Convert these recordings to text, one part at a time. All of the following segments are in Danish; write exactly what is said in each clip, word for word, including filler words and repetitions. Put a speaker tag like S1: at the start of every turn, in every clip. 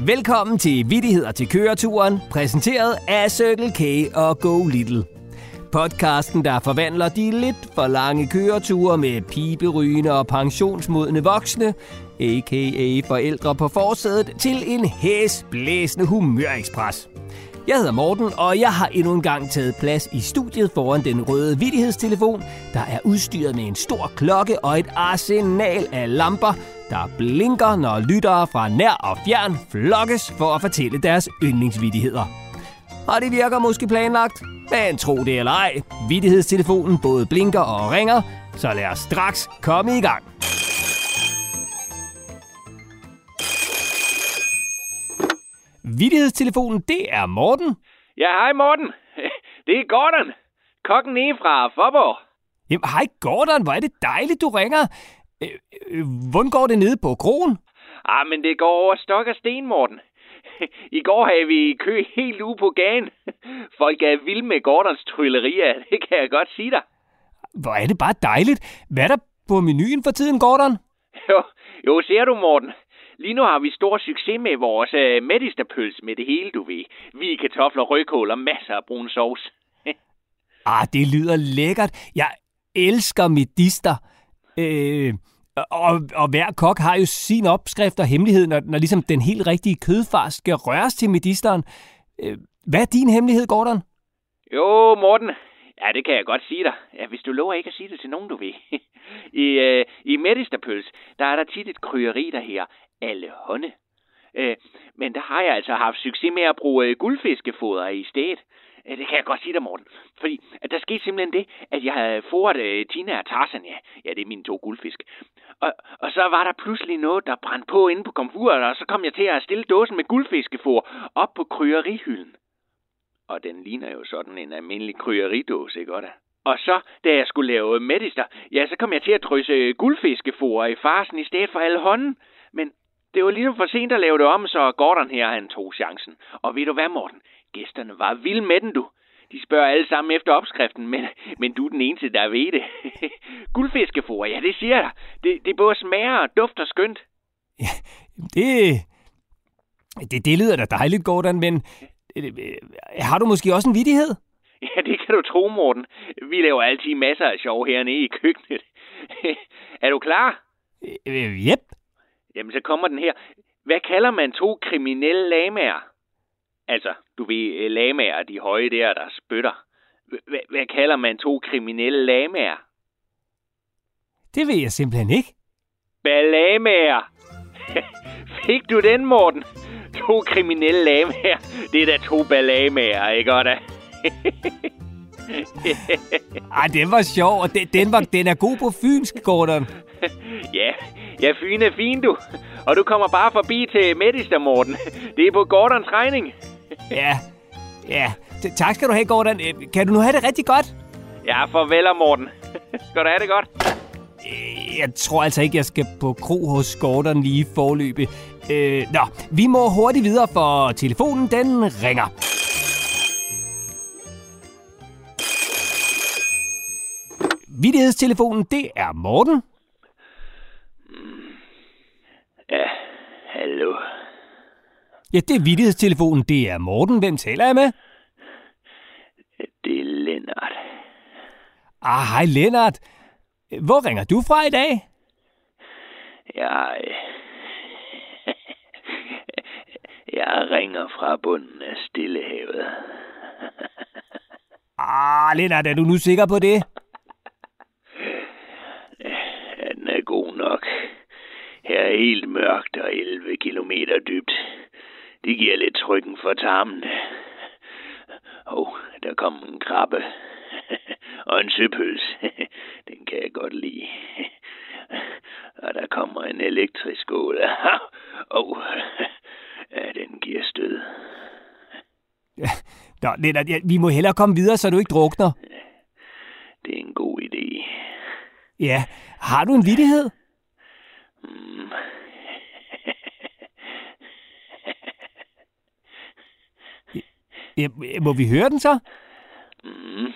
S1: Velkommen til Vittigheder til køreturen, præsenteret af Circle K og Go Little. Podcasten, der forvandler de lidt for lange køreture med piberygende og pensionsmodne voksne, a k a forældre på forsædet, til en hæsblæsende humørekspres. Jeg hedder Morten, og jeg har endnu en gang taget plads i studiet foran den røde vittighedstelefon, der er udstyret med en stor klokke og et arsenal af lamper, der blinker, når lyttere fra nær og fjern flokkes for at fortælle deres yndlingsvittigheder. Og det virker måske planlagt, men tro det eller ej, vittighedstelefonen både blinker og ringer, så lad os straks komme i gang. Vittighedstelefonen, det er Morten.
S2: Ja, hej Morten. Det er Gordon. Kokken nede fra Fåborg.
S1: Jamen, hej Gordon, hvor er det dejligt, du ringer. Øh, øh, hvordan går det nede på kroen?
S2: Ah, men det går over stok og sten, Morten. I går havde vi kø helt ude på gaden. Folk er vilde med Gordons tryllerier, det kan jeg godt sige dig.
S1: Hvor er det bare dejligt. Hvad er der på menuen for tiden, Gordon?
S2: Jo, jo ser du, Morten. Lige nu har vi stor succes med vores uh, medisterpølse med det hele, du ved. Vi kartofler, rødkål og masser af brun sovs.
S1: Ah, det lyder lækkert. Jeg elsker medister. Øh, og, og hver kok har jo sin opskrift og hemmelighed, når, når ligesom den helt rigtige kødfars skal røres til medisteren. Øh, hvad er din hemmelighed, Gordon?
S2: Jo, Morten. Ja, det kan jeg godt sige dig. Ja, hvis du lover ikke at sige det til nogen, du ved. I, øh, i medisterpølse, der er der tit et krydderi, der her alle hånde. Øh, men der har jeg altså haft succes med at bruge øh, guldfiskefoder i stedet. Øh, det kan jeg godt sige dig, Morten. Fordi at der skete simpelthen det, at jeg havde fodret øh, Tina og Tarzan, ja. Ja, det er mine to guldfisk. Og, og så var der pludselig noget, der brændte på inde på komfuret, og så kom jeg til at stille dåsen med guldfiskefoder op på krydderijhylden. Og den ligner jo sådan en almindelig krydderidåse, ikke godt? Og så, da jeg skulle lave medister, ja, så kom jeg til at drysse guldfiskefoder i farsen i stedet for alle hånden. Men det var ligesom for sent at lave det om, så Gordon her, han tog chancen. Og ved du hvad, Morten? Gæsterne var vilde med den, du. De spørger alle sammen efter opskriften, men, men du er den eneste, der ved det. Guldfiskefoder, ja, det siger jeg. Det, det både smager og dufter skønt.
S1: Ja, det, det, det lyder da dejligt, Gordon, men har du måske også en vittighed?
S2: Ja, det kan du tro, Morten. Vi laver altid masser af sjov hernede i køkkenet. Er du klar?
S1: Øh, yep.
S2: Jamen, så kommer den her. Hvad kalder man to kriminelle lamaer? Altså, du ved, lamaer, de høje der, der spytter. H- hvad kalder man to kriminelle lamaer?
S1: Det ved jeg simpelthen ikke.
S2: Balamaer. Fik du den, Morten? To kriminelle lamaer. Det er da to balamaer, ikke godt da?
S1: Ej, den var sjov, og den, den, var, den er god på fynsk, Gordon.
S2: Ja, ja, Fyn er fin, du. Og du kommer bare forbi til Medister, Morten. Det er på Gordons regning.
S1: Ja, ja. Tak skal du have, Gordon. Kan du nu have det rigtig godt?
S2: Ja, farvel, Morten. Skal du have det godt?
S1: Jeg tror altså ikke, jeg skal på kro hos Gordon lige forløbe. Øh, nå, vi må hurtigt videre, for telefonen, den ringer. Vittighedstelefonen, det er Morten.
S2: Ja, hallo.
S1: Ja, det er vittighedstelefonen, det er Morten. Hvem taler jeg med?
S2: Det er Lennart.
S1: Ah, hej Lennart. Hvor ringer du fra i dag?
S2: Jeg... Jeg ringer fra bunden af Stillehavet.
S1: Ah, Lennart, er du nu sikker på det?
S2: Ja, den er god nok. Her er helt mørkt og elleve kilometer dybt. Det giver lidt trykken for tarmen. Åh, oh, der kom en krabbe. Og en søpøls. Den kan jeg godt lide. Og der kommer en elektrisk ål. Åh, oh, ja, den giver stød.
S1: Ja. Nå, Lennart, ja, vi må hellere komme videre, så du ikke drukner.
S2: Det er en god idé.
S1: Ja, har du en vittighed?
S2: Mm.
S1: Ja, må vi høre den så?
S2: Mm.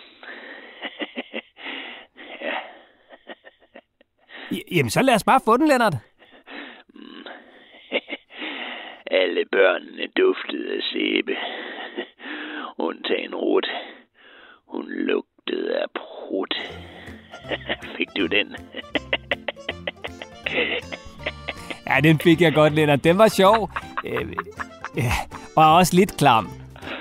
S2: Ja.
S1: Jamen, så lad os bare få den, Lennart.
S2: Alle børn prut. Hun lugtede af prut. Fik du den?
S1: Ja, den fik jeg godt, Lennart. Den var sjov. Øh, ja, og også lidt klam.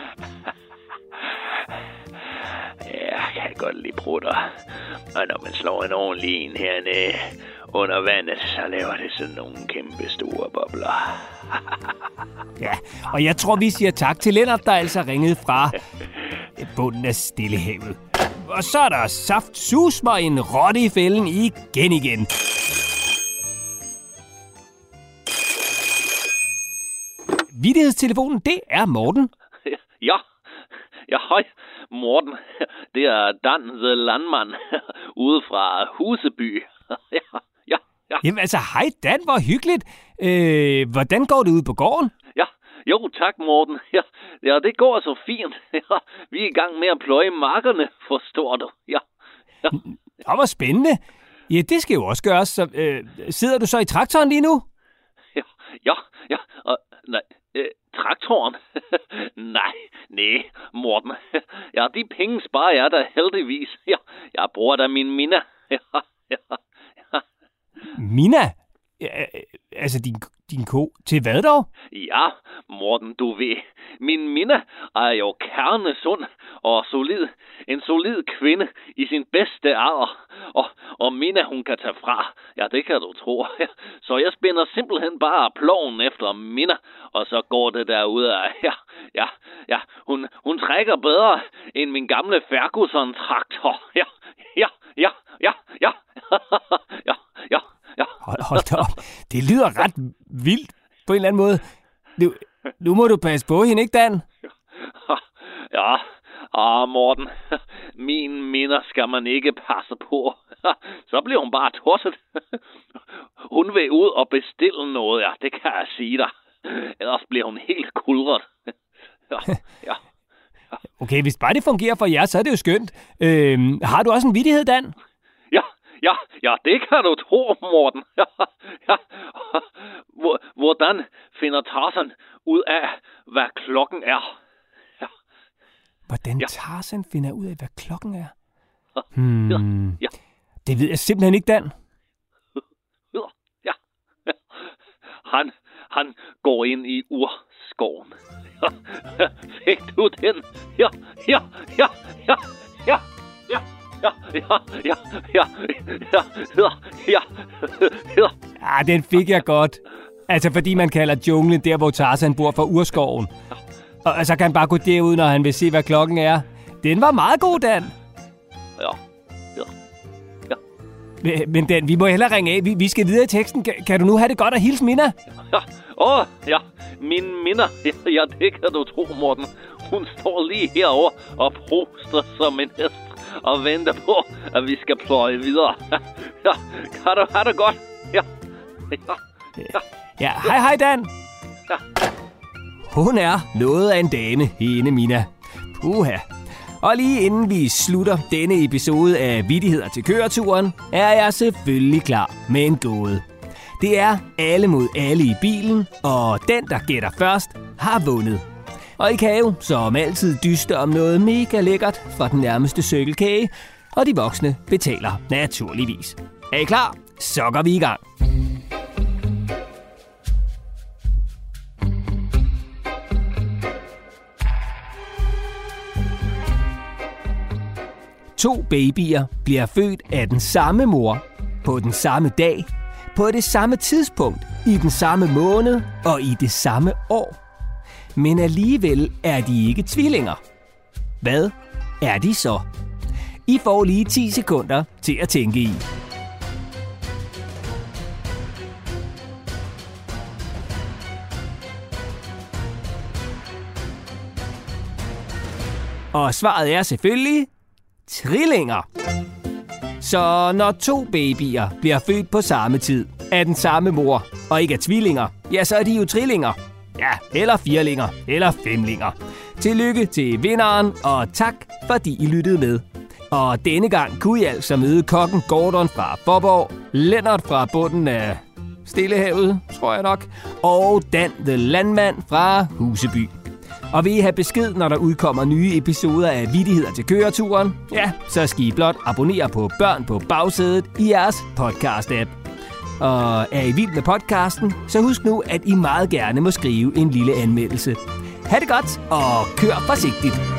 S2: Ja, jeg kan godt lide prutter. Og når man slår en ordentlig en hernede under vandet, så laver det sådan nogle kæmpe store bobler.
S1: Ja, og jeg tror, vi siger tak til Lennart, der altså ringede fra bunden af Stillehavet. Og så er der saft sus mig en rotte i fælden igen igen. Vittighedstelefonen, det er Morten.
S2: Ja, ja, hej, Morten. Det er Dan the Landmand ude fra Huseby. Ja, ja, ja.
S1: Jamen altså, hej Dan, hvor hyggeligt. Øh, hvordan går det ude på gården?
S2: Ja, jo tak Morten. Ja, ja, det går så fint. Ja, vi er i gang med at pløje markerne, forstår du. Ja, ja.
S1: Det var spændende. Ja, det skal jo også gøres. Så, øh, sidder du så i traktoren lige nu?
S2: Ja, ja, ja. Og, nej, øh, traktoren? nej, nej, Morten. Ja, de penge sparer jeg da heldigvis. Ja, jeg bruger da min Mina. Ja, ja, ja.
S1: Mina? Ja, altså din, din ko. Til hvad dog?
S2: Ja, Morten, du ved. Min Mina er jo kernesund og solid. En solid kvinde i sin bedste alder. Og, og Mina, hun kan tage fra. Ja, det kan du tro. Så jeg spænder simpelthen bare ploven efter Mina. Og så går det derude af. Ja, ja, ja. Hun, hun trækker bedre end min gamle Ferguson-traktor. Ja, ja, ja, ja, ja. ja, ja. Ja.
S1: Hold, hold da op. Det lyder ret vildt på en eller anden måde. Nu, nu må du passe på hende, ikke Dan?
S2: Ja, ah, Morten. Min minder skal man ikke passe på. Så bliver hun bare tosset. Hun vil ud og bestille noget, ja, det kan jeg sige dig. Ellers bliver hun helt kuldret. Ja, ja.
S1: Okay, hvis bare det fungerer for jer, så er det jo skønt. Øhm, har du også en vittighed, Dan?
S2: Ja, ja, ja, det kan du tro, Morten. Ja, ja. Hvordan finder Tarzan ud af, hvad klokken er? Ja.
S1: Hvordan
S2: ja.
S1: Tarzan finder ud af, hvad klokken er? Hmm.
S2: Ja, ja.
S1: Det ved jeg simpelthen ikke, Dan.
S2: Ja. Han, han går ind i urskoven. Ja. Fik du den? Ja, ja, ja, ja, ja, ja. Ja, ja, ja, ja, ja, ja, ja, ja.
S1: Ah, den fik jeg godt. Altså, fordi man kalder junglen der, hvor Tarzan bor, for urskoven. Og så kan han bare gå derud, når han vil se, hvad klokken er. Den var meget god, Dan.
S2: Ja, ja, ja.
S1: Men Dan, vi må hellere ringe af. Vi, vi skal videre i teksten. Kan, kan du nu have det godt og hilse Mina?
S2: Ja, åh, ja. Min Mina. Ja, ja, det kan du tro, Morten. Hun står lige herovre og proster som en hest. Og venter på, at vi skal pløje videre. Ja, kan du have det godt? Ja. Ja.
S1: Ja, ja. Hej, hej, Dan.
S2: Ja.
S1: Hun er noget af en dame, hende Mina. Puha. Og lige inden vi slutter denne episode af Vittigheder til køreturen, er jeg selvfølgelig klar med en gåde. Det er alle mod alle i bilen, og den, der gætter først, har vundet. Og I kan jo, som altid, dyste om noget mega lækkert fra den nærmeste Circle K, og de voksne betaler naturligvis. Er I klar? Så går vi i gang. To babyer bliver født af den samme mor, på den samme dag, på det samme tidspunkt, i den samme måned og i det samme år. Men alligevel er de ikke tvillinger. Hvad er de så? I får lige ti sekunder til at tænke i. Og svaret er selvfølgelig trillinger. Så når to babyer bliver født på samme tid, af den samme mor, og ikke er tvillinger, ja, så er de jo trillinger. Ja, eller firlinger, eller femlinger. Tillykke til vinderen, og tak, fordi I lyttede med. Og denne gang kunne I altså møde kokken Gordon fra Fåborg, Lennart fra bunden af Stillehavet, tror jeg nok, og Dan the Landmand fra Huseby. Og vil I have besked, når der udkommer nye episoder af Vittigheder til køreturen? Ja, så skal I blot abonnere på Børn på Bagsædet i jeres podcast-app. Og er I vild med podcasten, så husk nu, at I meget gerne må skrive en lille anmeldelse. Ha' det godt, og kør forsigtigt!